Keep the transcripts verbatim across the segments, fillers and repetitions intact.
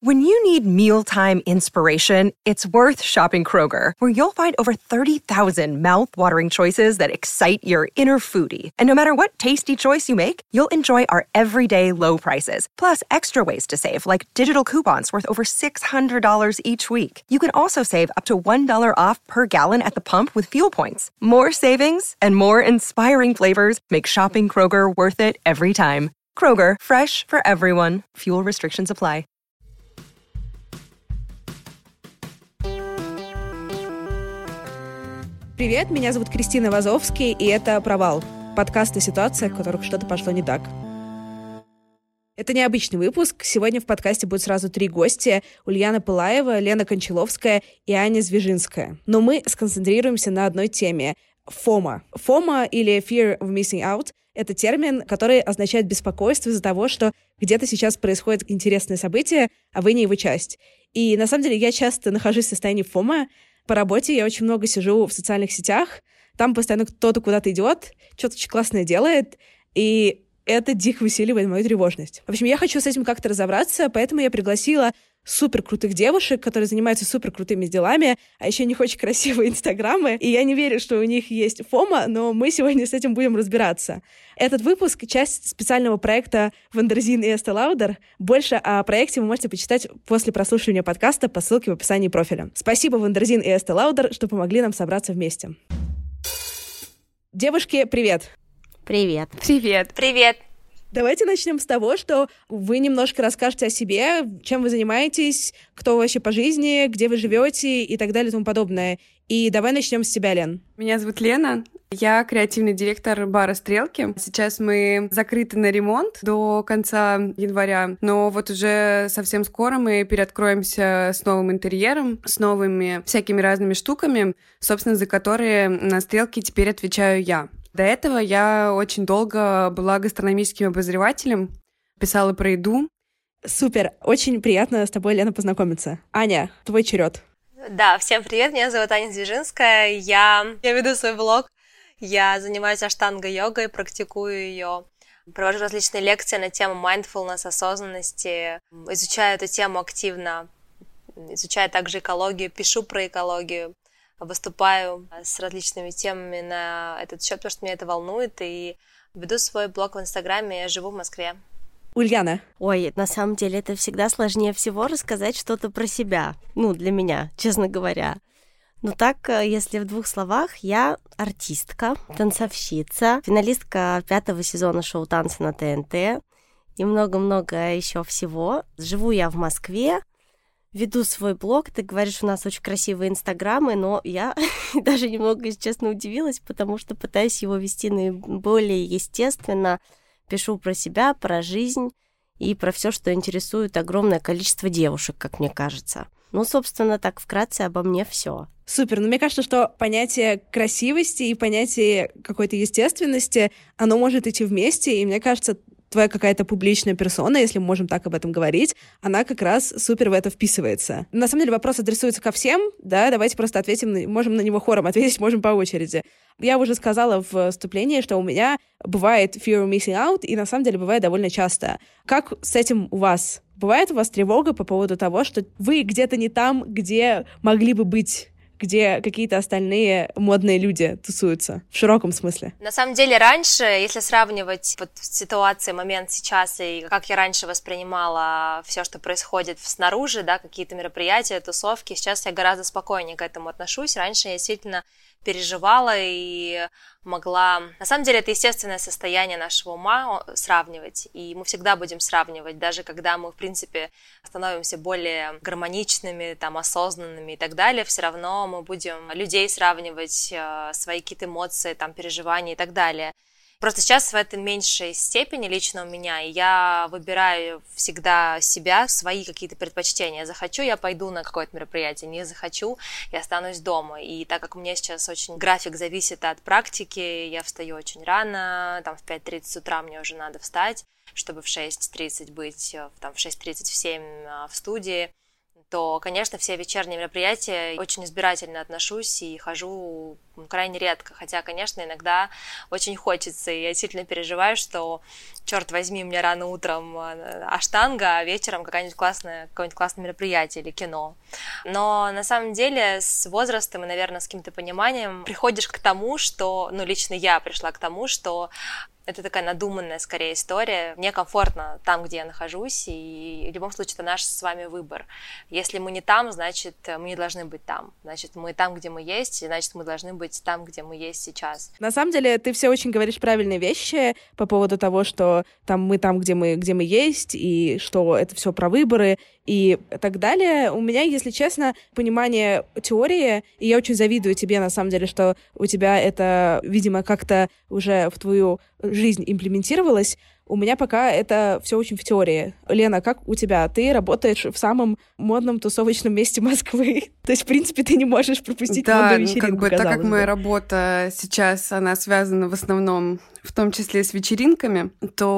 When you need mealtime inspiration, it's worth shopping Kroger, where you'll find over thirty thousand mouth-watering choices that excite your inner foodie. And no matter what tasty choice you make, you'll enjoy our everyday low prices, plus extra ways to save, like digital coupons worth over six hundred dollars each week. You can also save up to one dollar off per gallon at the pump with fuel points. More savings and more inspiring flavors make shopping Kroger worth it every time. Kroger, fresh for everyone. Fuel restrictions apply. Привет, меня зовут Кристина Вазовский, и это «Провал» — подкаст о ситуациях, в которых что-то пошло не так. Это необычный выпуск. Сегодня в подкасте будет сразу три гостя: Ульяна Пылаева, Лена Кончаловская и Аня Звежинская. Но мы сконцентрируемся на одной теме — фома. Фома или Fear of Missing Out — это термин, который означает беспокойство из-за того, что где-то сейчас происходит интересное событие, а вы не его часть. И на самом деле я часто нахожусь в состоянии фома. По работе я очень много сижу в социальных сетях, там постоянно кто-то куда-то идет, что-то очень классное делает, и это дико усиливает мою тревожность. В общем, я хочу с этим как-то разобраться, поэтому я пригласила суперкрутых девушек, которые занимаются суперкрутыми делами, а еще у них очень красивые инстаграмы, и я не верю, что у них есть фома, но мы сегодня с этим будем разбираться. Этот выпуск — часть специального проекта Вандерзин и Estée Lauder. Больше о проекте вы можете почитать после прослушивания подкаста по ссылке в описании профиля. Спасибо Вандерзин и Estée Lauder, что помогли нам собраться вместе. Девушки, привет! Привет. Привет. Привет. Давайте начнем с того, что вы немножко расскажете о себе, чем вы занимаетесь, кто вы вообще по жизни, где вы живете и так далее и тому подобное. И давай начнем с тебя, Лен. Меня зовут Лена. Я креативный директор бара «Стрелки». Сейчас мы закрыты на ремонт до конца января, но вот уже совсем скоро мы переоткроемся с новым интерьером, с новыми всякими разными штуками, собственно, за которые на «Стрелке» теперь отвечаю я. До этого я очень долго была гастрономическим обозревателем, писала про еду. Супер, очень приятно с тобой, Лена, познакомиться. Аня, твой черед. Да, всем привет, меня зовут Аня Звежинская, я, я веду свой блог, я занимаюсь аштанга-йогой, практикую ее, провожу различные лекции на тему mindfulness, осознанности, изучаю эту тему активно, изучаю также экологию, пишу про экологию. Выступаю с различными темами на этот счет, потому что меня это волнует, и веду свой блог в Инстаграме, я живу в Москве. Ульяна. Ой, на самом деле это всегда сложнее всего рассказать что-то про себя, ну, для меня, честно говоря. Но так, если в двух словах, я артистка, танцовщица, финалистка пятого сезона шоу «Танцы» на ТНТ и много-много еще всего. Живу я в Москве. Веду свой блог, ты говоришь, у нас очень красивые инстаграмы, но я даже немного, если честно, удивилась, потому что пытаюсь его вести наиболее естественно, пишу про себя, про жизнь и про все, что интересует огромное количество девушек, как мне кажется. Ну, собственно, так вкратце обо мне все. Супер. Но мне кажется, что понятие красивости и понятие какой-то естественности, оно может идти вместе, и мне кажется, твоя какая-то публичная персона, если мы можем так об этом говорить, она как раз супер в это вписывается. На самом деле вопрос адресуется ко всем, да, давайте просто ответим, можем на него хором ответить, можем по очереди. Я уже сказала в вступлении, что у меня бывает fear of missing out, и на самом деле бывает довольно часто. Как с этим у вас? Бывает у вас тревога по поводу того, что вы где-то не там, где могли бы быть, где какие-то остальные модные люди тусуются, в широком смысле? На самом деле, раньше, если сравнивать вот ситуацию, момент сейчас, и как я раньше воспринимала все, что происходит снаружи, да, какие-то мероприятия, тусовки, сейчас я гораздо спокойнее к этому отношусь. Раньше я действительно переживала и могла... На самом деле, это естественное состояние нашего ума сравнивать, и мы всегда будем сравнивать, даже когда мы, в принципе, становимся более гармоничными, там, осознанными и так далее, все равно мы будем людей сравнивать, свои какие-то эмоции, там, переживания и так далее. Просто сейчас в этой меньшей степени лично у меня, и я выбираю всегда себя, свои какие-то предпочтения. Захочу, я пойду на какое-то мероприятие, не захочу, я останусь дома. И так как у меня сейчас очень график зависит от практики, я встаю очень рано, там в пять тридцать утра мне уже надо встать, чтобы в шесть тридцать быть, там в шесть тридцать, в семь в студии, то, конечно, все вечерние мероприятия очень избирательно отношусь и хожу крайне редко. Хотя, конечно, иногда очень хочется, и я сильно переживаю, что, черт возьми, мне рано утром аштанга, а вечером какая-нибудь классная, какое-нибудь классное мероприятие или кино. Но на самом деле с возрастом и, наверное, с каким-то пониманием приходишь к тому, что, ну, лично я пришла к тому, что это такая надуманная, скорее, история. Мне комфортно там, где я нахожусь, и в любом случае это наш с вами выбор. Если мы не там, значит, мы не должны быть там. Значит, мы там, где мы есть, и значит, мы должны быть там, где мы есть сейчас. На самом деле, ты все очень говоришь правильные вещи по поводу того, что там мы там, где мы, где мы есть, и что это все про выборы и так далее. У меня, если честно, понимание теории, и я очень завидую тебе, на самом деле, что у тебя это, видимо, как-то уже в твою жизнь имплементировалось. У меня пока это все очень в теории. Лена, как у тебя? Ты работаешь в самом модном тусовочном месте Москвы. То есть, в принципе, ты не можешь пропустить да, модную вечеринку, как бы, так как бы. моя работа сейчас, она связана в основном, в том числе с вечеринками,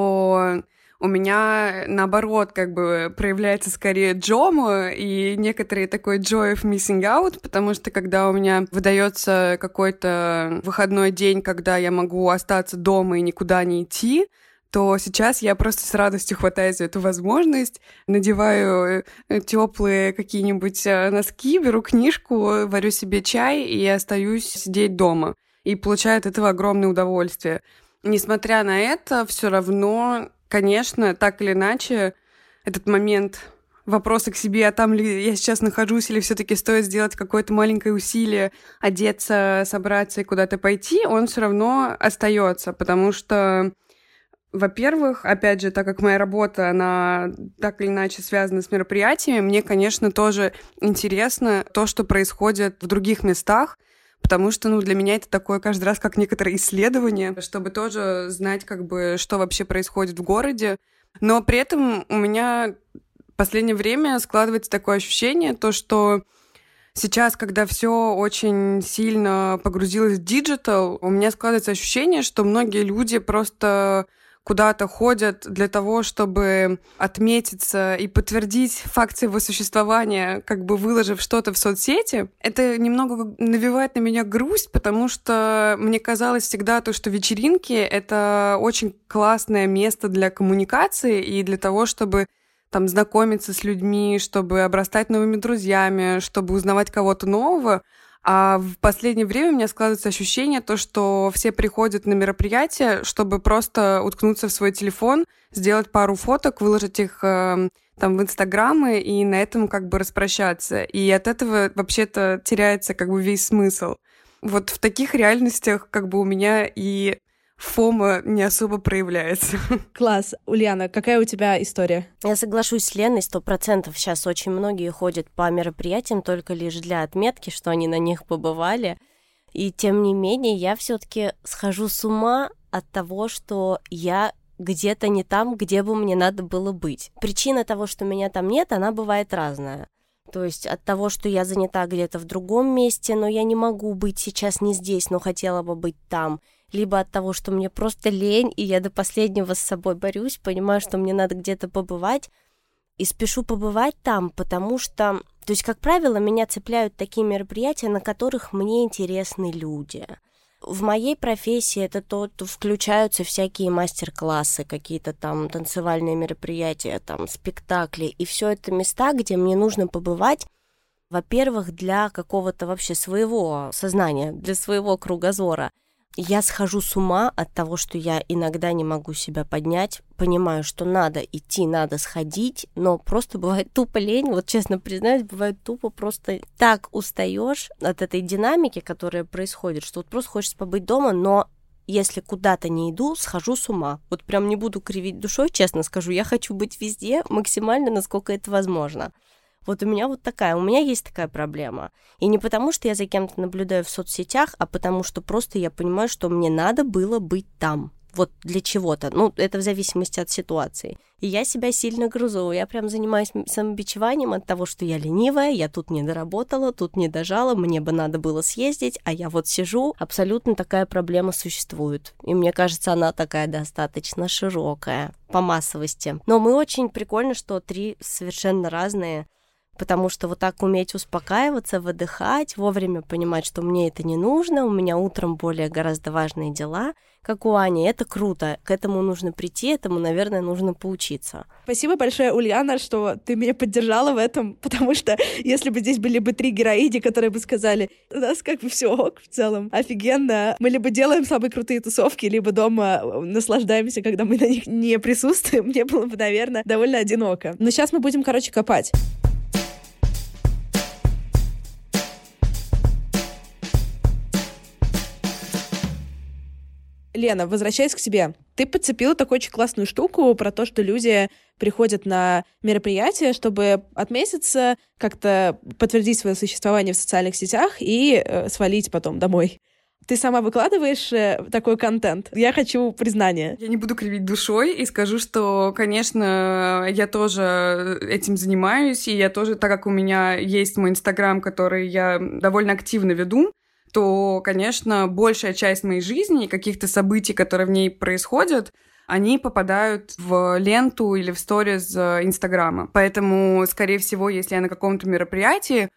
то у меня, наоборот, как бы проявляется скорее джомо и некоторые такой joy of missing out, потому что когда у меня выдается какой-то выходной день, когда я могу остаться дома и никуда не идти, то сейчас я просто с радостью хватаюсь за эту возможность, надеваю теплые какие-нибудь носки, беру книжку, варю себе чай и остаюсь сидеть дома. И получаю от этого огромное удовольствие. Несмотря на это, все равно, конечно, так или иначе, этот момент вопроса к себе, а там ли я сейчас нахожусь, или все-таки стоит сделать какое-то маленькое усилие, одеться, собраться и куда-то пойти, он все равно остается, потому что, во-первых, опять же, так как моя работа, она так или иначе связана с мероприятиями, мне, конечно, тоже интересно то, что происходит в других местах, потому что, ну, для меня это такое каждый раз как некоторое исследование, чтобы тоже знать, как бы, что вообще происходит в городе. Но при этом у меня в последнее время складывается такое ощущение, то, что сейчас, когда все очень сильно погрузилось в диджитал, у меня складывается ощущение, что многие люди просто куда-то ходят для того, чтобы отметиться и подтвердить факт своего существования, как бы выложив что-то в соцсети. Это немного навевает на меня грусть, потому что мне казалось всегда то, что вечеринки — это очень классное место для коммуникации и для того, чтобы там знакомиться с людьми, чтобы обрастать новыми друзьями, чтобы узнавать кого-то нового. А в последнее время у меня складывается ощущение, то, что все приходят на мероприятие, чтобы просто уткнуться в свой телефон, сделать пару фоток, выложить их э, там в Инстаграмы и на этом как бы распрощаться. И от этого вообще-то теряется как бы весь смысл. Вот в таких реальностях как бы у меня и фома не особо проявляется. Класс. Ульяна, какая у тебя история? Я соглашусь с Леной, сто процентов. Сейчас очень многие ходят по мероприятиям только лишь для отметки, что они на них побывали. И тем не менее, я все-таки схожу с ума от того, что я где-то не там, где бы мне надо было быть. Причина того, что меня там нет, она бывает разная. То есть от того, что я занята где-то в другом месте, но я не могу быть сейчас не здесь, но хотела бы быть там. Либо от того, что мне просто лень, и я до последнего с собой борюсь, понимаю, что мне надо где-то побывать, и спешу побывать там, потому что, то есть, как правило, меня цепляют такие мероприятия, на которых мне интересны люди. В моей профессии это то, то включаются всякие мастер-классы, какие-то там танцевальные мероприятия, там спектакли, и все это места, где мне нужно побывать, во-первых, для какого-то вообще своего сознания, для своего кругозора. Я схожу с ума от того, что я иногда не могу себя поднять, понимаю, что надо идти, надо сходить, но просто бывает тупо лень, вот честно признаюсь, бывает тупо просто так устаешь от этой динамики, которая происходит, что вот просто хочется побыть дома, но если куда-то не иду, схожу с ума. Вот прям не буду кривить душой, честно скажу, я хочу быть везде максимально, насколько это возможно. Вот у меня вот такая, у меня есть такая проблема. И не потому, что я за кем-то наблюдаю в соцсетях, а потому что просто я понимаю, что мне надо было быть там. Вот для чего-то. Ну, это в зависимости от ситуации. И я себя сильно грузу. Я прям занимаюсь самобичеванием от того, что я ленивая, я тут не доработала, тут не дожала, мне бы надо было съездить, а я вот сижу. Абсолютно такая проблема существует. И мне кажется, она такая достаточно широкая по массовости. Но мы очень прикольно, что три совершенно разные Потому что вот так уметь успокаиваться, выдыхать, вовремя понимать, что мне это не нужно, у меня утром более гораздо важные дела, как у Ани, это круто. К этому нужно прийти, этому, наверное, нужно поучиться. Спасибо большое, Ульяна, что ты меня поддержала в этом, потому что если бы здесь были бы три героини, которые бы сказали, у нас как бы все ок в целом, офигенно, мы либо делаем самые крутые тусовки, либо дома наслаждаемся, когда мы на них не присутствуем, мне было бы, наверное, довольно одиноко. Но сейчас мы будем, короче, копать. Лена, возвращаясь к себе, ты подцепила такую очень классную штуку про то, что люди приходят на мероприятия, чтобы отметиться, как-то подтвердить свое существование в социальных сетях и э, свалить потом домой. Ты сама выкладываешь э, такой контент? Я хочу признания. Я не буду кривить душой и скажу, что, конечно, я тоже этим занимаюсь, и я тоже, так как у меня есть мой Инстаграм, который я довольно активно веду, то, конечно, большая часть моей жизни и каких-то событий, которые в ней происходят, они попадают в ленту или в сторис Инстаграма. Поэтому, скорее всего, если я на каком-то мероприятии,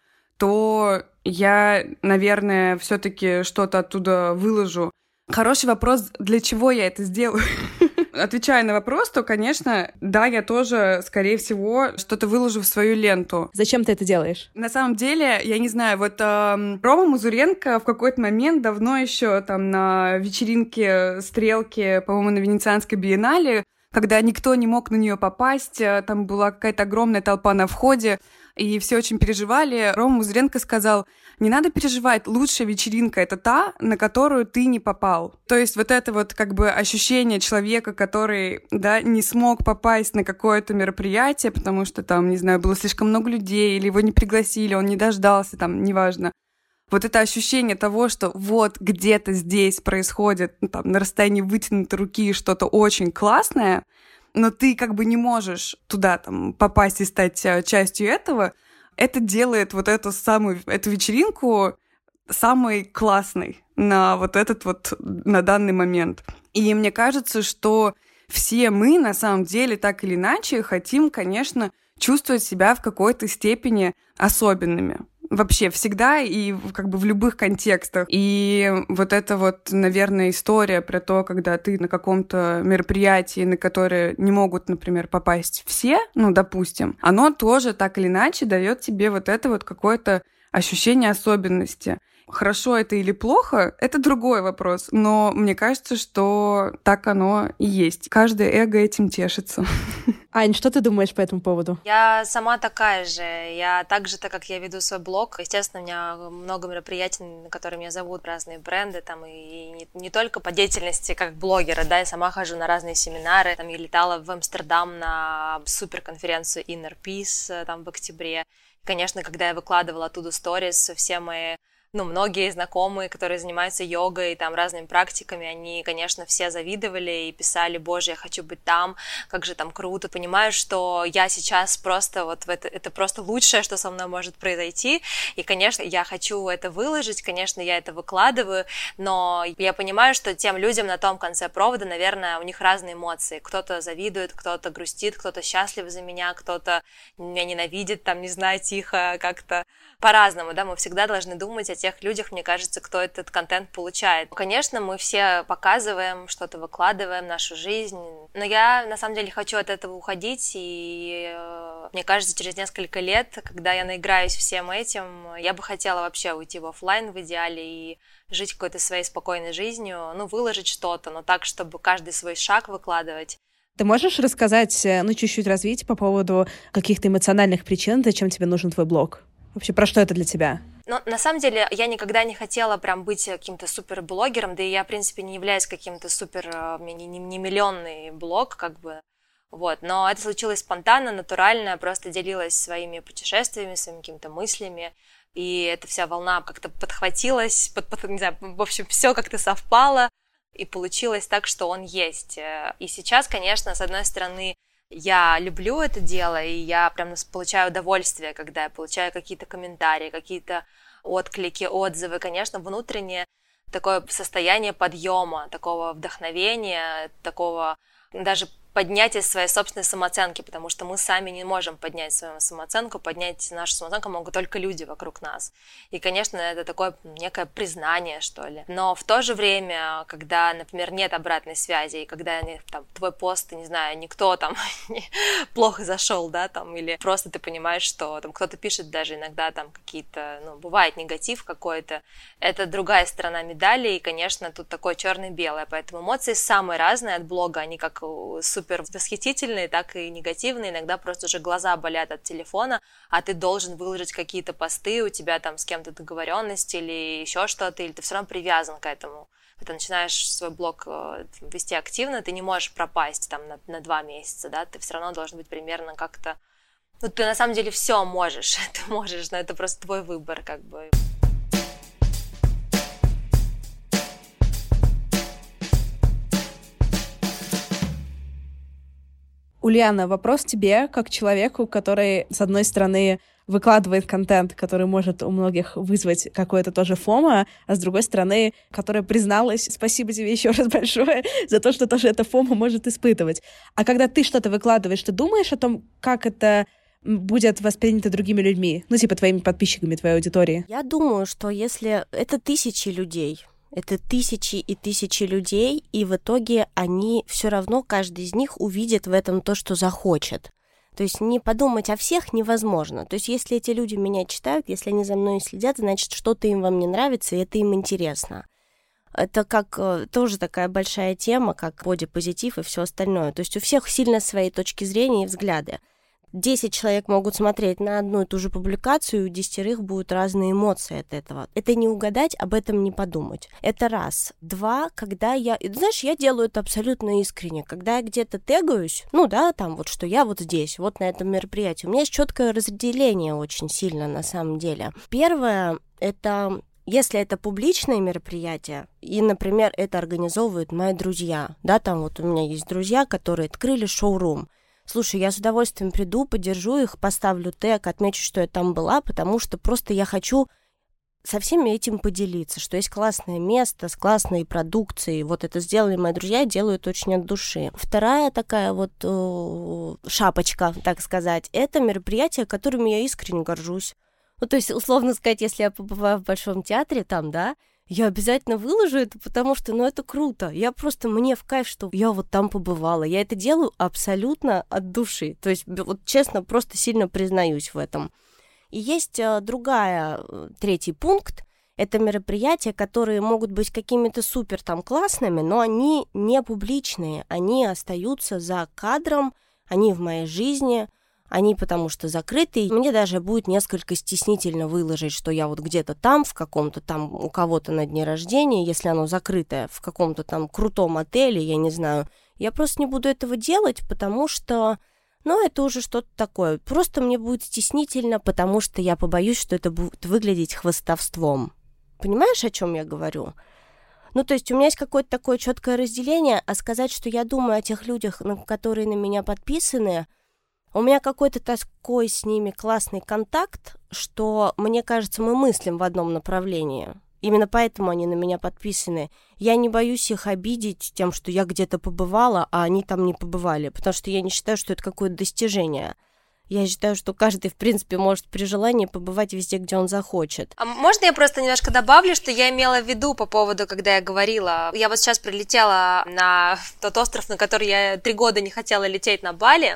то я, наверное, все-таки что-то оттуда выложу. Хороший вопрос, для чего я это сделаю? Отвечая на вопрос, то, конечно, да, я тоже, скорее всего, что-то выложу в свою ленту. Зачем ты это делаешь? На самом деле, я не знаю, вот э, Рома Музуренко в какой-то момент давно еще там на вечеринке «Стрелки», по-моему, на Венецианской биеннале, когда никто не мог на нее попасть, там была какая-то огромная толпа на входе, и все очень переживали. Рома Музуренко сказал: не надо переживать, лучшая вечеринка — это та, на которую ты не попал. То есть вот это вот как бы ощущение человека, который, да, не смог попасть на какое-то мероприятие, потому что там, не знаю, было слишком много людей, или его не пригласили, он не дождался, там, неважно. Вот это ощущение того, что вот где-то здесь происходит, ну, там, на расстоянии вытянутой руки что-то очень классное, но ты как бы не можешь туда там попасть и стать частью этого, это делает вот эту самую, эту вечеринку самой классной на вот этот вот, на данный момент. И мне кажется, что все мы на самом деле так или иначе хотим, конечно, чувствовать себя в какой-то степени особенными. Вообще всегда и как бы в любых контекстах. И вот эта вот, наверное, история про то, когда ты на каком-то мероприятии, на которое не могут, например, попасть все, ну, допустим, оно тоже так или иначе дает тебе вот это вот какое-то ощущение особенности. Хорошо это или плохо, это другой вопрос, но мне кажется, что так оно и есть. Каждое эго этим тешится. Ань, что ты думаешь по этому поводу? Я сама такая же. Я так же, так как я веду свой блог, естественно, у меня много мероприятий, на которые меня зовут разные бренды, там, и не, не только по деятельности как блогера, да, я сама хожу на разные семинары, там, я летала в Амстердам на суперконференцию Inner Peace там в октябре. Конечно, когда я выкладывала оттуда сторис, все мои ну, многие знакомые, которые занимаются йогой и там разными практиками, они, конечно, все завидовали и писали: боже, я хочу быть там, как же там круто. Понимаю, что я сейчас просто вот в это, это просто лучшее, что со мной может произойти, и, конечно, я хочу это выложить, конечно, я это выкладываю, но я понимаю, что тем людям на том конце провода, наверное, у них разные эмоции. Кто-то завидует, кто-то грустит, кто-то счастлив за меня, кто-то меня ненавидит, там, не знаю, тихо, как-то по-разному, да, мы всегда должны думать о тех людях, мне кажется, кто этот контент получает. Конечно, мы все показываем, что-то выкладываем, нашу жизнь, но я, на самом деле, хочу от этого уходить, и мне кажется, через несколько лет, когда я наиграюсь всем этим, я бы хотела вообще уйти в офлайн в идеале и жить какой-то своей спокойной жизнью, ну, выложить что-то, но так, чтобы каждый свой шаг выкладывать. Ты можешь рассказать, ну, чуть-чуть развить по поводу каких-то эмоциональных причин, зачем тебе нужен твой блог? Вообще, про что это для тебя? Но на самом деле я никогда не хотела прям быть каким-то суперблогером, да и я, в принципе, не являюсь каким-то супер, не, не, не миллионный блог, как бы, вот. Но это случилось спонтанно, натурально, просто делилась своими путешествиями, своими какими-то мыслями, и эта вся волна как-то подхватилась, под, под, не знаю, в общем, все как-то совпало, и получилось так, что он есть. И сейчас, конечно, с одной стороны, я люблю это дело, и я прям получаю удовольствие, когда я получаю какие-то комментарии, какие-то отклики, отзывы. Конечно, внутреннее такое состояние подъема, такого вдохновения, такого даже поднятие своей собственной самооценки, потому что мы сами не можем поднять свою самооценку, поднять нашу самооценку могут только люди вокруг нас. И, конечно, это такое некое признание, что ли. Но в то же время, когда, например, нет обратной связи, и когда там, твой пост, не знаю, никто там плохо зашел, да, там, или просто ты понимаешь, что там кто-то пишет даже иногда там какие-то, ну, бывает негатив какой-то, это другая сторона медали, и, конечно, тут такое черно-белое, поэтому эмоции самые разные от блога, они как супер восхитительные, так и негативные, иногда просто уже глаза болят от телефона, а ты должен выложить какие-то посты, у тебя там с кем-то договоренность или еще что-то, или ты все равно привязан к этому. Ты начинаешь свой блог вести активно, ты не можешь пропасть там на, на два месяца, да, ты все равно должен быть примерно как-то... Ну, ты на самом деле все можешь, ты можешь, но это просто твой выбор, как бы. Ульяна, вопрос тебе, как человеку, который, с одной стороны, выкладывает контент, который может у многих вызвать какое-то тоже фомо, а с другой стороны, которая призналась, спасибо тебе еще раз большое за то, что тоже это фомо может испытывать. А когда ты что-то выкладываешь, ты думаешь о том, как это будет воспринято другими людьми? Ну, типа твоими подписчиками, твоей аудитории? Я думаю, что если это тысячи людей, это тысячи и тысячи людей, и в итоге они все равно, каждый из них увидит в этом то, что захочет. То есть не подумать о всех невозможно. То есть если эти люди меня читают, если они за мной следят, значит, что-то им во мне нравится, и это им интересно. Это как тоже такая большая тема, как бодипозитив и все остальное. То есть у всех сильно свои точки зрения и взгляды. Десять человек могут смотреть на одну и ту же публикацию, и у десятерых будут разные эмоции от этого. Это не угадать, об этом не подумать. Это раз. Два, когда я... Знаешь, я делаю это абсолютно искренне. Когда я где-то тегаюсь, ну да, там вот, что я вот здесь, вот на этом мероприятии, у меня есть четкое разделение очень сильно на самом деле. Первое, это... Если это публичное мероприятие, и, например, это организовывают мои друзья, да, там вот у меня есть друзья, которые открыли шоурум. Слушай, я с удовольствием приду, поддержу их, поставлю тег, отмечу, что я там была, потому что просто я хочу со всеми этим поделиться, что есть классное место с классной продукцией. Вот это сделали мои друзья, делают очень от души. Вторая такая вот э, шапочка, так сказать, это мероприятие, которым я искренне горжусь. Ну, то есть, условно сказать, если я побываю в Большом театре там, да, я обязательно выложу это, потому что, ну, это круто. Я просто, мне в кайф, что я вот там побывала. Я это делаю абсолютно от души. То есть, вот честно, просто сильно признаюсь в этом. И есть другая, третий пункт. Это мероприятия, которые могут быть какими-то супер там классными, но они не публичные. Они остаются за кадром, они в моей жизни, они потому что закрыты. Мне даже будет несколько стеснительно выложить, что я вот где-то там, в каком-то там у кого-то на дне рождения, если оно закрытое, в каком-то там крутом отеле, я не знаю. Я просто не буду этого делать, потому что, ну, это уже что-то такое. Просто мне будет стеснительно, потому что я побоюсь, что это будет выглядеть хвастовством. Понимаешь, о чем я говорю? Ну, то есть у меня есть какое-то такое четкое разделение, а сказать, что я думаю о тех людях, которые на меня подписаны, у меня какой-то такой с ними классный контакт, что, мне кажется, мы мыслим в одном направлении. Именно поэтому они на меня подписаны. Я не боюсь их обидеть тем, что я где-то побывала, а они там не побывали, потому что я не считаю, что это какое-то достижение. Я считаю, что каждый, в принципе, может при желании побывать везде, где он захочет. А можно я просто немножко добавлю, что я имела в виду по поводу, когда я говорила... Я вот сейчас прилетела на тот остров, на который я три года не хотела лететь, на Бали,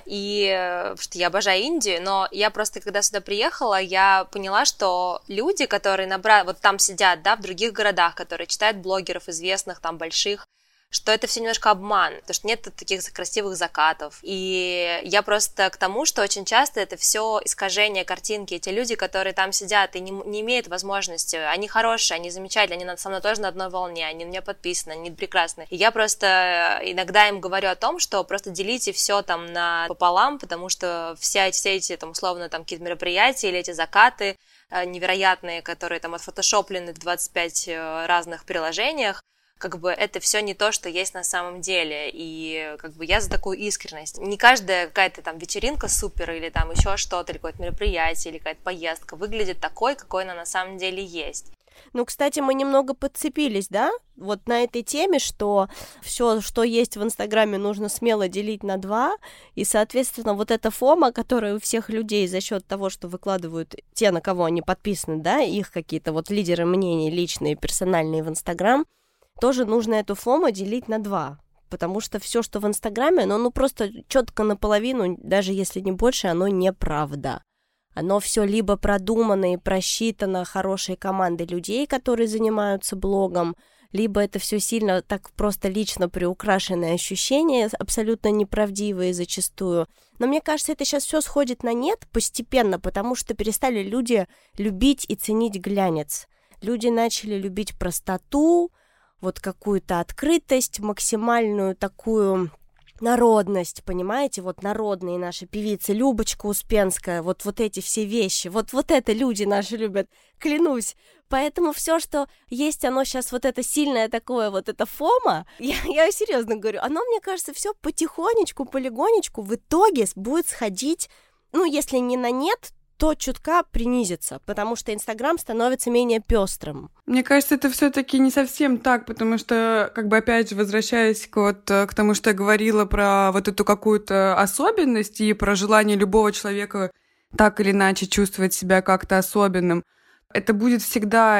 и что я обожаю Индию, но я просто, когда сюда приехала, я поняла, что люди, которые набрали... Вот там сидят, да, в других городах, которые читают блогеров известных, там, больших, что это все немножко обман, потому что нет таких красивых закатов. И я просто к тому, что очень часто это все искажение картинки. Эти люди, которые там сидят и не, не имеют возможности, они хорошие, они замечательные, они со мной тоже на одной волне, они на меня подписаны, они прекрасны. И я просто иногда им говорю о том, что просто делите все там напополам, потому что все, все эти там условно там какие-то мероприятия или эти закаты невероятные, которые там отфотошоплены в двадцать пять разных приложениях, как бы это все не то, что есть на самом деле, и как бы я за такую искренность. Не каждая какая-то там вечеринка супер, или там еще что-то, или какое-то мероприятие, или какая-то поездка выглядит такой, какой она на самом деле есть. Ну, кстати, мы немного подцепились, да, вот на этой теме, что все, что есть в Инстаграме, нужно смело делить на два, и, соответственно, вот эта фома, которая у всех людей за счет того, что выкладывают те, на кого они подписаны, да, их какие-то вот лидеры мнений личные, персональные в Инстаграм, тоже нужно эту фому делить на два, потому что все, что в Инстаграме, оно ну просто четко наполовину, даже если не больше, оно неправда. Оно все либо продумано и просчитано хорошей командой людей, которые занимаются блогом, либо это все сильно так просто лично приукрашенные ощущения, абсолютно неправдивые зачастую. Но мне кажется, это сейчас все сходит на нет постепенно, потому что перестали люди любить и ценить глянец. Люди начали любить простоту, вот какую-то открытость, максимальную такую народность, понимаете, вот народные наши певицы, Любочка Успенская, вот, вот эти все вещи, вот, вот это люди наши любят, клянусь. Поэтому все, что есть, оно сейчас вот это сильное такое, вот это фома, я, я серьезно говорю, оно, мне кажется, все потихонечку, полигонечку в итоге будет сходить, ну, если не на нет, то чутка принизится, потому что Инстаграм становится менее пестрым. Мне кажется, это все-таки не совсем так, потому что, как бы опять же, возвращаясь к, вот, к тому, что я говорила про вот эту какую-то особенность и про желание любого человека так или иначе чувствовать себя как-то особенным, это будет всегда.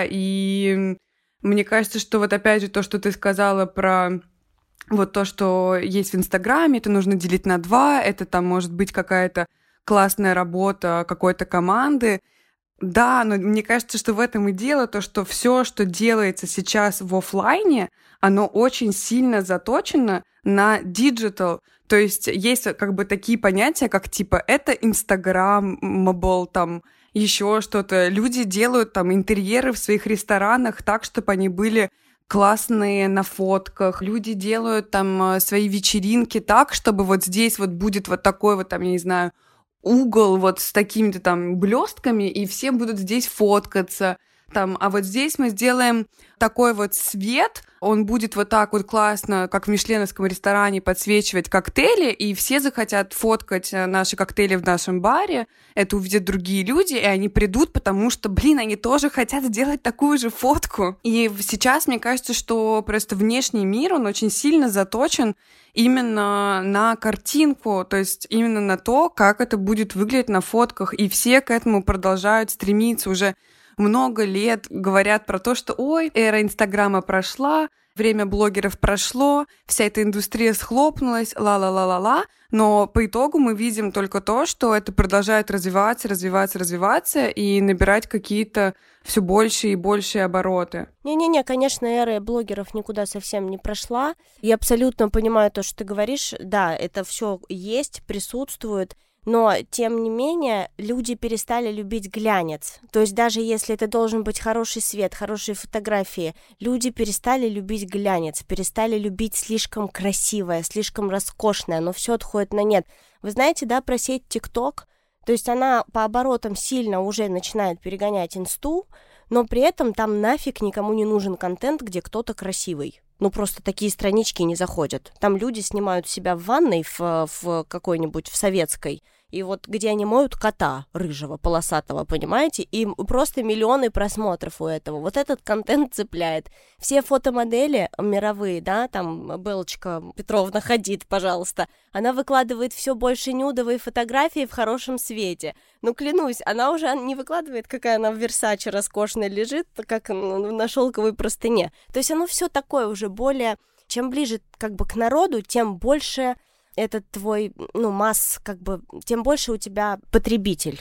И мне кажется, что вот опять же то, что ты сказала про вот то, что есть в Инстаграме, это нужно делить на два, это там может быть какая-то классная работа какой-то команды. Да, но мне кажется, что в этом и дело, то, что все, что делается сейчас в офлайне, оно очень сильно заточено на диджитал. То есть есть как бы такие понятия, как типа это инстаграммабл, там еще что-то. Люди делают там интерьеры в своих ресторанах так, чтобы они были классные на фотках. Люди делают там свои вечеринки так, чтобы вот здесь вот будет вот такой вот там, я не знаю, угол вот с такими-то там блестками, и все будут здесь фоткаться. Там, а вот здесь мы сделаем такой вот свет, он будет вот так вот классно, как в мишленовском ресторане, подсвечивать коктейли, и все захотят фоткать наши коктейли в нашем баре, это увидят другие люди, и они придут, потому что, блин, они тоже хотят сделать такую же фотку. И сейчас, мне кажется, что просто внешний мир, он очень сильно заточен именно на картинку, то есть именно на то, как это будет выглядеть на фотках, и все к этому продолжают стремиться уже много лет, говорят про то, что ой, эра Инстаграма прошла, время блогеров прошло, вся эта индустрия схлопнулась, ла-ла-ла-ла-ла, но по итогу мы видим только то, что это продолжает развиваться, развиваться, развиваться и набирать какие-то все большие и большие обороты. Не-не-не, конечно, эра блогеров никуда совсем не прошла. Я абсолютно понимаю то, что ты говоришь. Да, это все есть, присутствует. Но, тем не менее, люди перестали любить глянец. То есть даже если это должен быть хороший свет, хорошие фотографии, люди перестали любить глянец, перестали любить слишком красивое, слишком роскошное, но все отходит на нет. Вы знаете, да, про сеть TikTok? То есть она по оборотам сильно уже начинает перегонять инсту, но при этом там нафиг никому не нужен контент, где кто-то красивый. Ну, просто такие странички не заходят. Там люди снимают себя в ванной в, в какой-нибудь, в советской, и вот где они моют кота рыжего, полосатого, понимаете? И просто миллионы просмотров у этого. Вот этот контент цепляет. Все фотомодели мировые, да, там Белочка Петровна Хадид, пожалуйста, она выкладывает все больше нюдовые фотографии в хорошем свете. Ну, клянусь, она уже не выкладывает, какая она в Версаче роскошно лежит, как на шелковой простыне. То есть оно все такое уже более... Чем ближе как бы к народу, тем больше... этот твой, ну, масс, как бы, тем больше у тебя потребитель.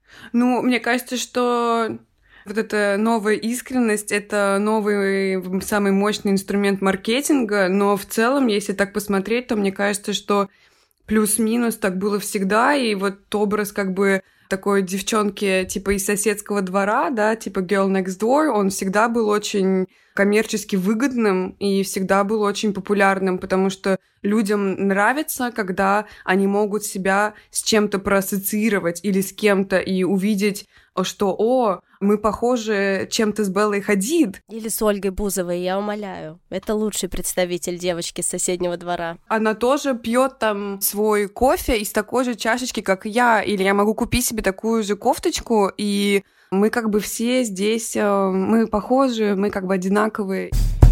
Ну, мне кажется, что вот эта новая искренность — это новый, самый мощный инструмент маркетинга, но в целом, если так посмотреть, то мне кажется, что плюс-минус так было всегда, и вот образ как бы такой девчонки типа из соседского двора, да, типа girl next door, он всегда был очень коммерчески выгодным и всегда был очень популярным, потому что людям нравится, когда они могут себя с чем-то проассоциировать или с кем-то и увидеть, что, о, мы похожи чем-то с Беллой Хадид. Или с Ольгой Бузовой, я умоляю. Это лучший представитель девочки с соседнего двора. Она тоже пьет там свой кофе из такой же чашечки, как я, или я могу купить себе такую же кофточку, и мы как бы все здесь, мы похожи, мы как бы одинаковые.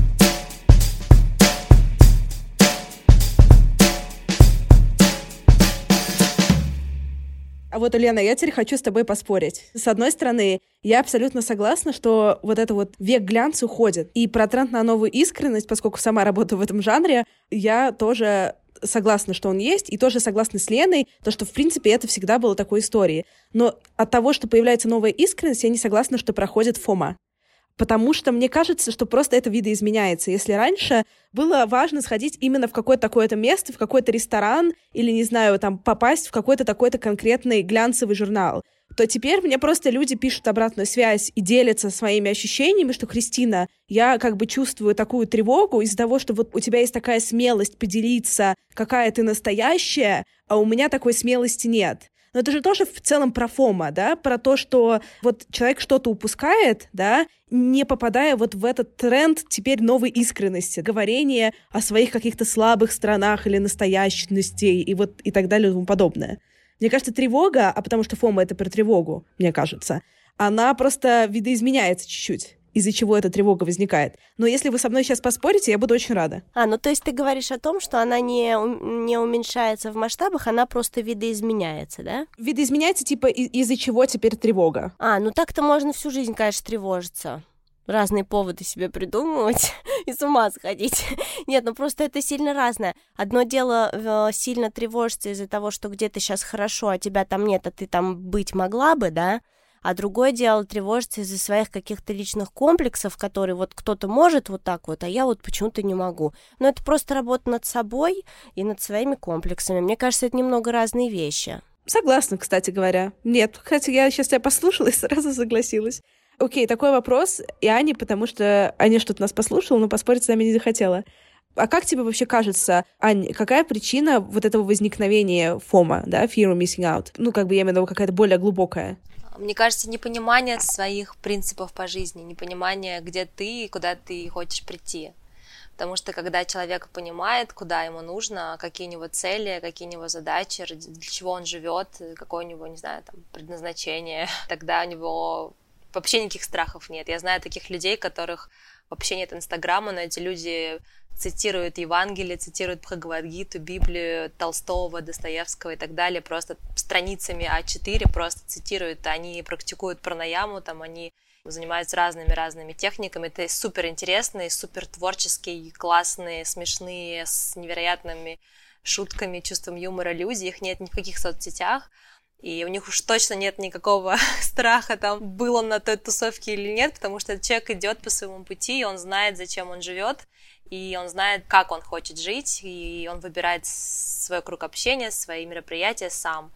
А вот, Ульяна, я теперь хочу с тобой поспорить. С одной стороны, я абсолютно согласна, что вот это вот век глянц уходит. И про тренд на новую искренность, поскольку сама работаю в этом жанре, я тоже согласна, что он есть, и тоже согласна с Леной, то, что, в принципе, это всегда было такой историей. Но от того, что появляется новая искренность, я не согласна, что проходит фома. Потому что мне кажется, что просто это видоизменяется. Если раньше было важно сходить именно в какое-то такое-то место, в какой-то ресторан или, не знаю, там, попасть в какой-то такой-то конкретный глянцевый журнал, то теперь мне просто люди пишут обратную связь и делятся своими ощущениями, что, Кристина, я как бы чувствую такую тревогу из-за того, что вот у тебя есть такая смелость поделиться, какая ты настоящая, а у меня такой смелости нет. Но это же тоже в целом про фома, да, про то, что вот человек что-то упускает, да, не попадая вот в этот тренд теперь новой искренности, говорения о своих каких-то слабых сторонах или настоящности и вот и так далее и тому подобное. Мне кажется, тревога, а потому что фома — это про тревогу, мне кажется, она просто видоизменяется чуть-чуть, из-за чего эта тревога возникает. Но если вы со мной сейчас поспорите, я буду очень рада. А, ну то есть ты говоришь о том, что она не, не уменьшается в масштабах, она просто видоизменяется, да? Видоизменяется, типа, из- из-за чего теперь тревога. А, ну так-то можно всю жизнь, конечно, тревожиться. Разные поводы себе придумывать и с ума сходить. Нет, ну просто это сильно разное. Одно дело э, сильно тревожиться из-за того, что где-то сейчас хорошо, а тебя там нет, а ты там быть могла бы, да? А другое дело тревожиться из-за своих каких-то личных комплексов, которые вот кто-то может вот так вот, а я вот почему-то не могу. Но это просто работа над собой и над своими комплексами. Мне кажется, это немного разные вещи. Согласна, кстати говоря. Нет, хотя я сейчас тебя послушала и сразу согласилась. Окей, такой вопрос и Ане, потому что Аня что-то нас послушала, но поспорить с нами не захотела. А как тебе вообще кажется, Ань, какая причина вот этого возникновения фома, да, fear of missing out? Ну, как бы я имею в виду какая-то более глубокая. Мне кажется, непонимание своих принципов по жизни, непонимание, где ты и куда ты хочешь прийти. Потому что когда человек понимает, куда ему нужно, какие у него цели, какие у него задачи, для чего он живет, какое у него, не знаю, там, предназначение, тогда у него вообще никаких страхов нет. Я знаю таких людей, которых вообще нет Инстаграма, но эти люди цитируют Евангелие, цитируют Бхагавад-гиту, Библию, Толстого, Достоевского и так далее, просто страницами а четыре просто цитируют, они практикуют пранаяму, там они занимаются разными-разными техниками, это супер интересные, супер творческие, классные, смешные, с невероятными шутками, чувством юмора люди, их нет ни в каких соцсетях, и у них уж точно нет никакого страха, там, был он на той тусовке или нет, потому что этот человек идет по своему пути, и он знает, зачем он живет, и он знает, как он хочет жить, и он выбирает свой круг общения, свои мероприятия сам.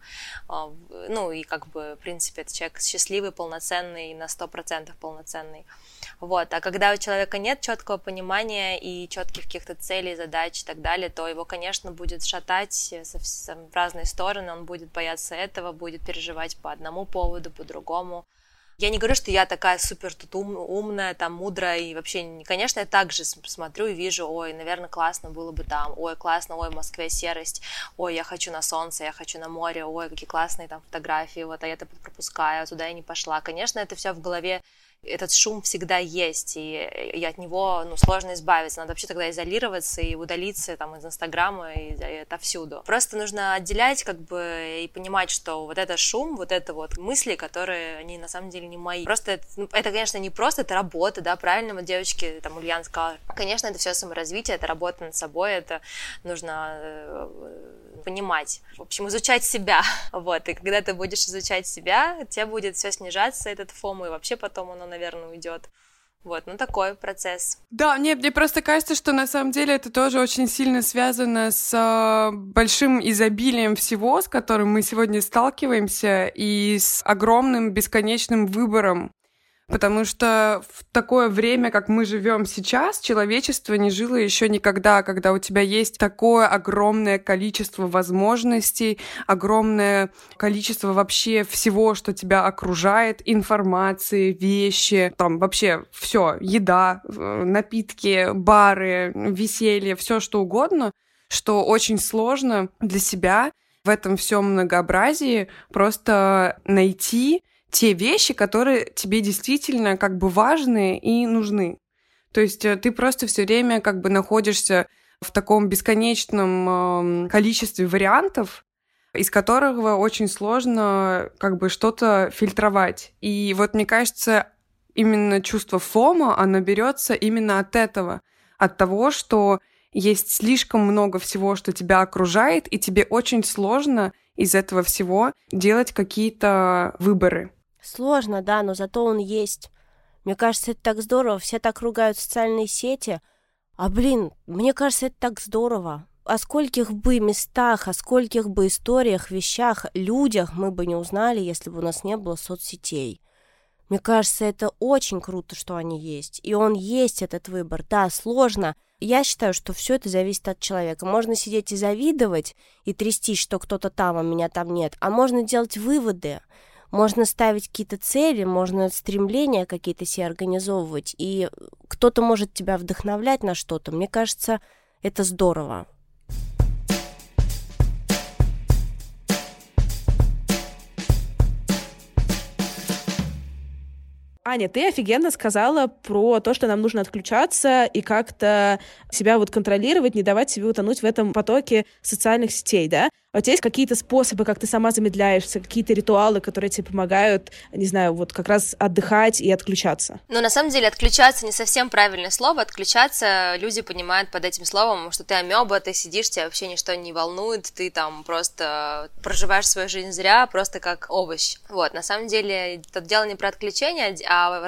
Ну, и как бы, в принципе, это человек счастливый, полноценный, на сто процентов полноценный. Вот. А когда у человека нет четкого понимания и четких каких-то целей, задач и так далее, то его, конечно, будет шатать в разные стороны, он будет бояться этого, будет переживать по одному поводу, по другому. Я не говорю, что я такая супер тут ум, умная, там, мудрая, и вообще, конечно, я также смотрю и вижу, ой, наверное, классно было бы там, ой, классно, ой, в Москве серость, ой, я хочу на солнце, я хочу на море, ой, какие классные там фотографии, вот, а я это пропускаю, туда я не пошла. Конечно, это все в голове, этот шум всегда есть, и, и от него, ну, сложно избавиться. Надо вообще тогда изолироваться и удалиться там из Инстаграма и, и отовсюду. Просто нужно отделять, как бы, и понимать, что вот это шум, вот это вот мысли, которые, они на самом деле не мои. Просто это, ну, это, конечно, не просто, это работа, да, правильно, вот девочки, там, Ульяна сказала, конечно, это все саморазвитие, это работа над собой, это нужно э, понимать, в общем, изучать себя, вот, и когда ты будешь изучать себя, у тебя будет все снижаться, этот фом, и вообще потом он, наверное, уйдет. Вот, ну такой процесс. Да, мне, мне просто кажется, что на самом деле это тоже очень сильно связано с э, большим изобилием всего, с которым мы сегодня сталкиваемся, и с огромным бесконечным выбором. Потому что в такое время, как мы живем сейчас, человечество не жило еще никогда, когда у тебя есть такое огромное количество возможностей, огромное количество вообще всего, что тебя окружает, информации, вещи, там вообще все, еда, напитки, бары, веселье, все что угодно, что очень сложно для себя в этом всем многообразии просто найти те вещи, которые тебе действительно как бы важны и нужны. То есть ты просто все время как бы находишься в таком бесконечном количестве вариантов, из которого очень сложно как бы что-то фильтровать. И вот мне кажется, именно чувство фомо, оно берется именно от этого, от того, что есть слишком много всего, что тебя окружает, и тебе очень сложно из этого всего делать какие-то выборы. Сложно, да, но зато он есть. Мне кажется, это так здорово. Все так ругают социальные сети. А, блин, мне кажется, это так здорово. О скольких бы местах, о скольких бы историях, вещах, людях мы бы не узнали, если бы у нас не было соцсетей. Мне кажется, это очень круто, что они есть. И он есть, этот выбор. Да, сложно. Я считаю, что все это зависит от человека. Можно сидеть и завидовать, и трястись, что кто-то там, а меня там нет. А можно делать выводы. Можно ставить какие-то цели, можно стремления какие-то себе организовывать, и кто-то может тебя вдохновлять на что-то. Мне кажется, это здорово. Аня, ты офигенно сказала про то, что нам нужно отключаться и как-то себя вот контролировать, не давать себе утонуть в этом потоке социальных сетей, да? А у тебя есть какие-то способы, как ты сама замедляешься, какие-то ритуалы, которые тебе помогают, не знаю, вот как раз отдыхать и отключаться? Ну, на самом деле, отключаться не совсем правильное слово. Отключаться люди понимают под этим словом, что ты амеба, ты сидишь, тебя вообще ничто не волнует, ты там просто проживаешь свою жизнь зря, просто как овощ. Вот, на самом деле, тут дело не про отключение, а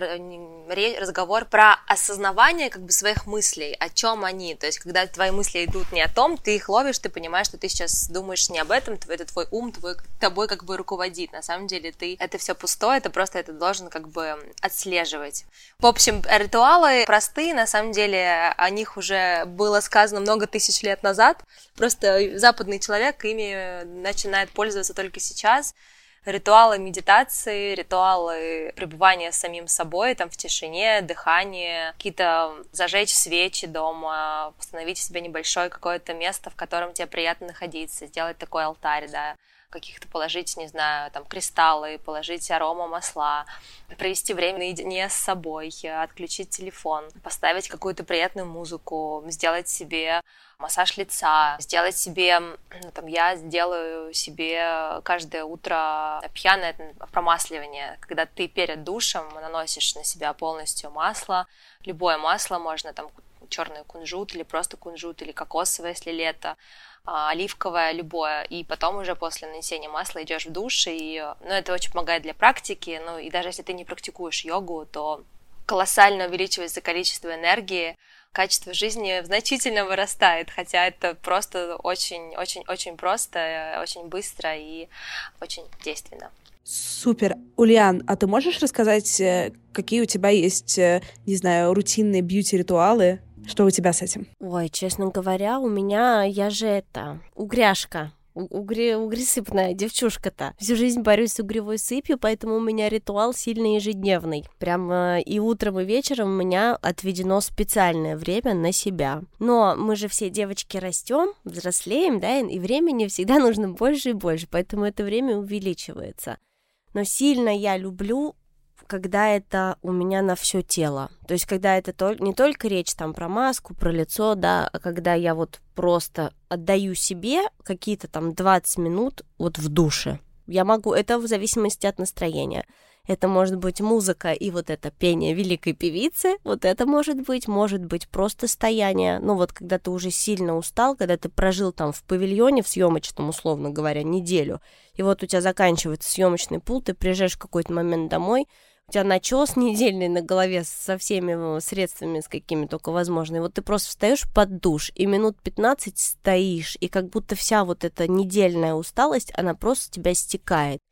разговор про осознавание как бы своих мыслей, о чем они. То есть, когда твои мысли идут не о том, ты их ловишь, ты понимаешь, что ты сейчас думаешь не об этом, это твой ум, твой, тобой как бы руководит. На самом деле ты это все пустое, ты просто это должен как бы отслеживать. В общем, ритуалы простые, на самом деле о них уже было сказано много тысяч лет назад, просто западный человек ими начинает пользоваться только сейчас. Ритуалы медитации, ритуалы пребывания с самим собой, там в тишине, дыхание, какие-то зажечь свечи дома, установить себе небольшое какое-то место, в котором тебе приятно находиться, сделать такой алтарь, да, каких-то положить, не знаю, там кристаллы, положить арома масла, провести время наедине с собой, отключить телефон, поставить какую-то приятную музыку, сделать себе массаж лица, сделать себе, ну, там, я сделаю себе каждое утро пьяное промасливание, когда ты перед душем наносишь на себя полностью масло, любое масло, можно там черный кунжут или просто кунжут, или кокосовое, если лето, оливковое, любое, и потом уже после нанесения масла идешь в душ, и, ну, это очень помогает для практики, ну, и даже если ты не практикуешь йогу, то колоссально увеличивается количество энергии, качество жизни значительно вырастает, хотя это просто очень-очень-очень просто, очень быстро и очень действенно. Супер. Ульян, а ты можешь рассказать, какие у тебя есть, не знаю, рутинные бьюти-ритуалы? Что у тебя с этим? Ой, честно говоря, у меня, я же это, угряшка. Угри, угресыпная девчушка-то. Всю жизнь борюсь с угревой сыпью, поэтому у меня ритуал сильно ежедневный. Прям и утром, и вечером у меня отведено специальное время на себя. Но мы же все девочки растем, взрослеем, да, и времени всегда нужно больше и больше, поэтому это время увеличивается. Но сильно я люблю, когда это у меня на все тело. То есть, когда это тол- не только речь там про маску, про лицо, да, а когда я вот просто отдаю себе какие-то там двадцать минут вот в душе. Я могу, это в зависимости от настроения. Это может быть музыка и вот это пение великой певицы, вот это может быть, может быть просто стояние. Ну вот когда ты уже сильно устал, когда ты прожил там в павильоне, в съемочном, условно говоря, неделю, и вот у тебя заканчивается съемочный пул, ты приезжаешь в какой-то момент домой, у тебя начес недельный на голове со всеми средствами, с какими только возможно. И вот ты просто встаешь под душ и минут пятнадцать стоишь, и как будто вся вот эта недельная усталость, она просто с тебя стекает.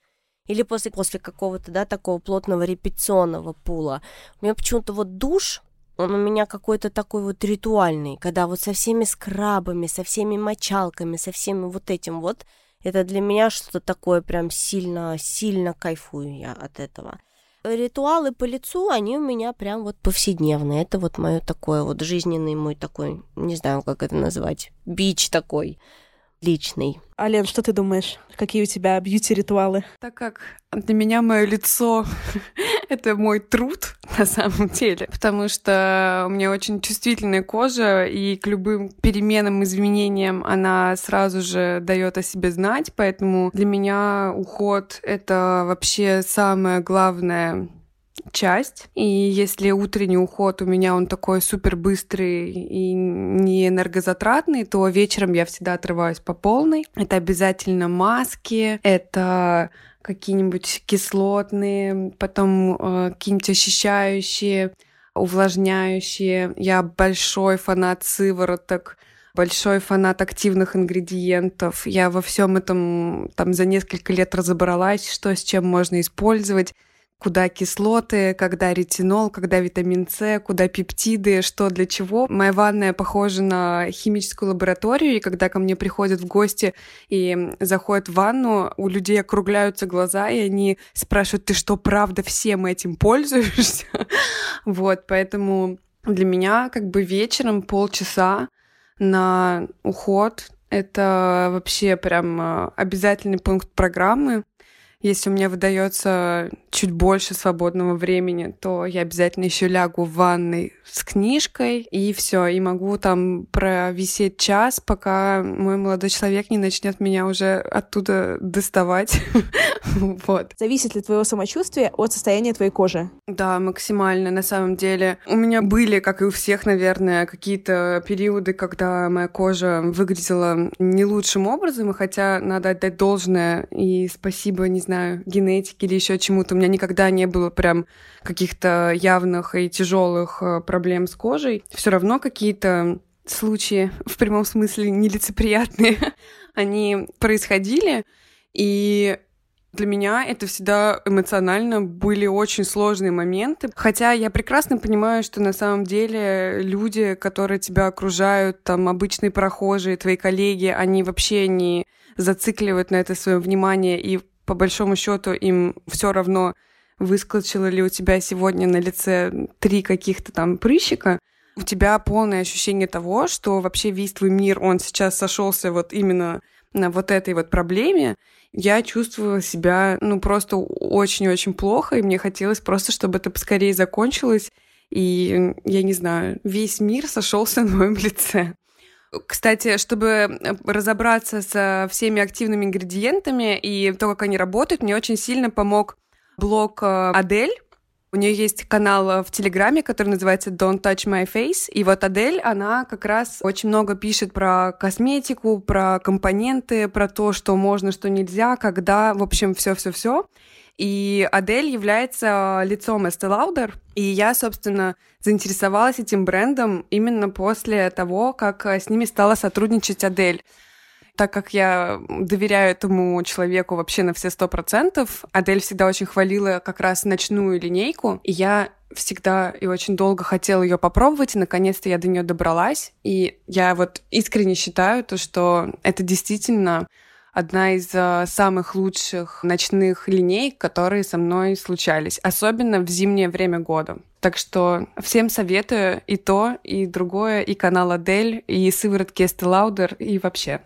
или после, после какого-то, да, такого плотного репетиционного пула. У меня почему-то вот душ, он у меня какой-то такой вот ритуальный, когда вот со всеми скрабами, со всеми мочалками, со всеми вот этим вот, это для меня что-то такое прям сильно, сильно кайфую я от этого. Ритуалы по лицу, они у меня прям вот повседневные. Это вот мое такое вот жизненный мой такой, не знаю, как это назвать, бич такой личный. Ален, что ты думаешь? Какие у тебя бьюти-ритуалы? Так как для меня мое лицо — это мой труд на самом деле, потому что у меня очень чувствительная кожа, и к любым переменам, изменениям она сразу же дает о себе знать, поэтому для меня уход — это вообще самое главное часть. И если утренний уход у меня он такой супер быстрый и не энергозатратный, то вечером я всегда отрываюсь по полной. Это обязательно маски, это какие-нибудь кислотные, потом э, какие-нибудь очищающие, увлажняющие. Я большой фанат сывороток, большой фанат активных ингредиентов. Я во всем этом там за несколько лет разобралась, что с чем можно использовать, куда кислоты, когда ретинол, когда витамин С, куда пептиды, что для чего. Моя ванная похожа на химическую лабораторию, и когда ко мне приходят в гости и заходят в ванну, у людей округляются глаза, и они спрашивают: ты что, правда всем этим пользуешься? Вот, поэтому для меня как бы вечером полчаса на уход — это вообще прям обязательный пункт программы. Если у меня выдается чуть больше свободного времени, то я обязательно еще лягу в ванной с книжкой, и все, и могу там провисеть час, пока мой молодой человек не начнет меня уже оттуда доставать. Вот. Зависит ли твое самочувствие от состояния твоей кожи? Да, максимально, на самом деле. У меня были, как и у всех, наверное, какие-то периоды, когда моя кожа выглядела не лучшим образом, и хотя надо отдать должное, и спасибо, не знаю, генетике или еще чему-то, у меня никогда не было прям каких-то явных и тяжелых проблем с кожей. Все равно какие-то случаи, в прямом смысле нелицеприятные, они происходили, и для меня это всегда эмоционально были очень сложные моменты. Хотя я прекрасно понимаю, что на самом деле люди, которые тебя окружают, там обычные прохожие, твои коллеги, они вообще не зацикливают на это свое внимание, и по большому счету им все равно, выскочило ли у тебя сегодня на лице три каких-то там прыщика. У тебя полное ощущение того, что вообще весь твой мир, он сейчас сошелся вот именно на вот этой вот проблеме. Я чувствовала себя, ну, просто очень-очень плохо, и мне хотелось просто, чтобы это поскорее закончилось, и, я не знаю, весь мир сошелся на моем лице. Кстати, чтобы разобраться со всеми активными ингредиентами и то, как они работают, мне очень сильно помог блог Адель. У нее есть канал в Телеграме, который называется Don't Touch My Face. И вот Адель, она как раз очень много пишет про косметику, про компоненты, про то, что можно, что нельзя, когда, в общем, все-все-все. И Адель является лицом Estee Lauder, и я, собственно, заинтересовалась этим брендом именно после того, как с ними стала сотрудничать Адель. Так как я доверяю этому человеку вообще на все сто процентов, Адель всегда очень хвалила как раз ночную линейку, и я всегда и очень долго хотела ее попробовать, и наконец-то я до нее добралась. И я вот искренне считаю, то, что это действительно одна из uh, самых лучших ночных линеек, которые со мной случались, особенно в зимнее время года. Так что всем советую и то, и другое, и канал Адель, и сыворотки Estee Lauder, и вообще.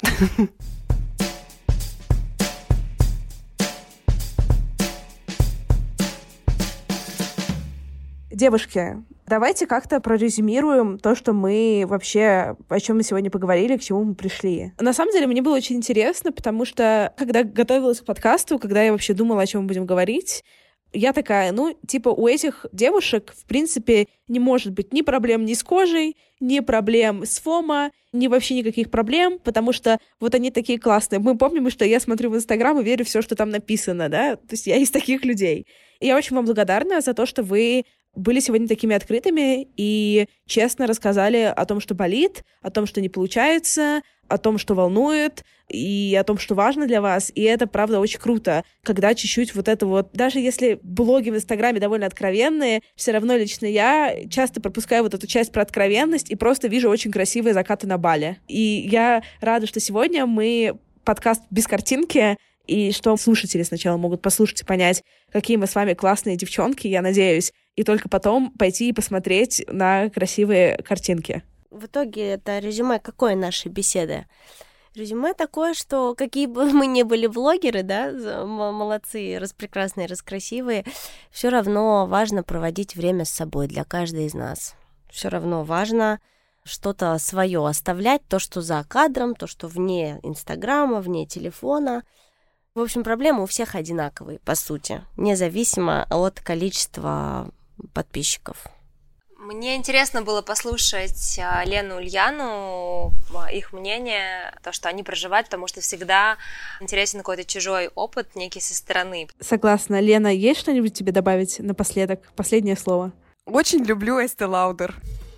Девушки, давайте как-то прорезюмируем то, что мы вообще, о чем мы сегодня поговорили, к чему мы пришли. На самом деле, мне было очень интересно, потому что, когда готовилась к подкасту, когда я вообще думала, о чем мы будем говорить, я такая, ну, типа, у этих девушек, в принципе, не может быть ни проблем ни с кожей, ни проблем с ФОМО, ни вообще никаких проблем, потому что вот они такие классные. Мы помним, что я смотрю в Инстаграм и верю в все, что там написано, да? То есть я из таких людей. И я очень вам благодарна за то, что вы были сегодня такими открытыми и честно рассказали о том, что болит, о том, что не получается, о том, что волнует, и о том, что важно для вас. И это, правда, очень круто, когда чуть-чуть вот это вот... Даже если блоги в Инстаграме довольно откровенные, все равно лично я часто пропускаю вот эту часть про откровенность и просто вижу очень красивые закаты на Бали. И я рада, что сегодня мы подкаст без картинки, и что слушатели сначала могут послушать и понять, какие мы с вами классные девчонки, я надеюсь, и только потом пойти и посмотреть на красивые картинки. В итоге это резюме какой нашей беседы? Резюме такое, что какие бы мы ни были блогеры, да, молодцы, распрекрасные, раскрасивые, все равно важно проводить время с собой для каждой из нас. Все равно важно что-то свое оставлять, то, что за кадром, то, что вне Инстаграма, вне телефона. В общем, проблемы у всех одинаковые, по сути, независимо от количества подписчиков. Мне интересно было послушать Лену, Ульяну, их мнение, то, что они проживают, потому что всегда интересен какой-то чужой опыт, некий со стороны. Согласна. Лена, есть что-нибудь тебе добавить напоследок? Последнее слово. Очень люблю Estee Lauder.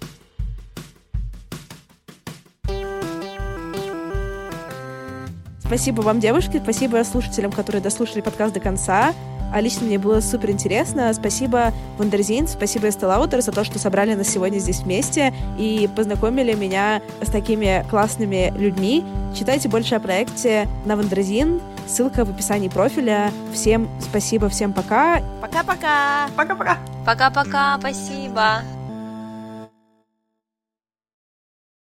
Спасибо вам, девушки, спасибо слушателям, которые дослушали подкаст до конца. А лично мне было супер интересно. Спасибо Вандерзин, спасибо Estee Lauder за то, что собрали нас сегодня здесь вместе и познакомили меня с такими классными людьми. Читайте больше о проекте на Вандерзин. Ссылка в описании профиля. Всем спасибо, всем пока. Пока-пока. Пока-пока. Пока-пока, спасибо.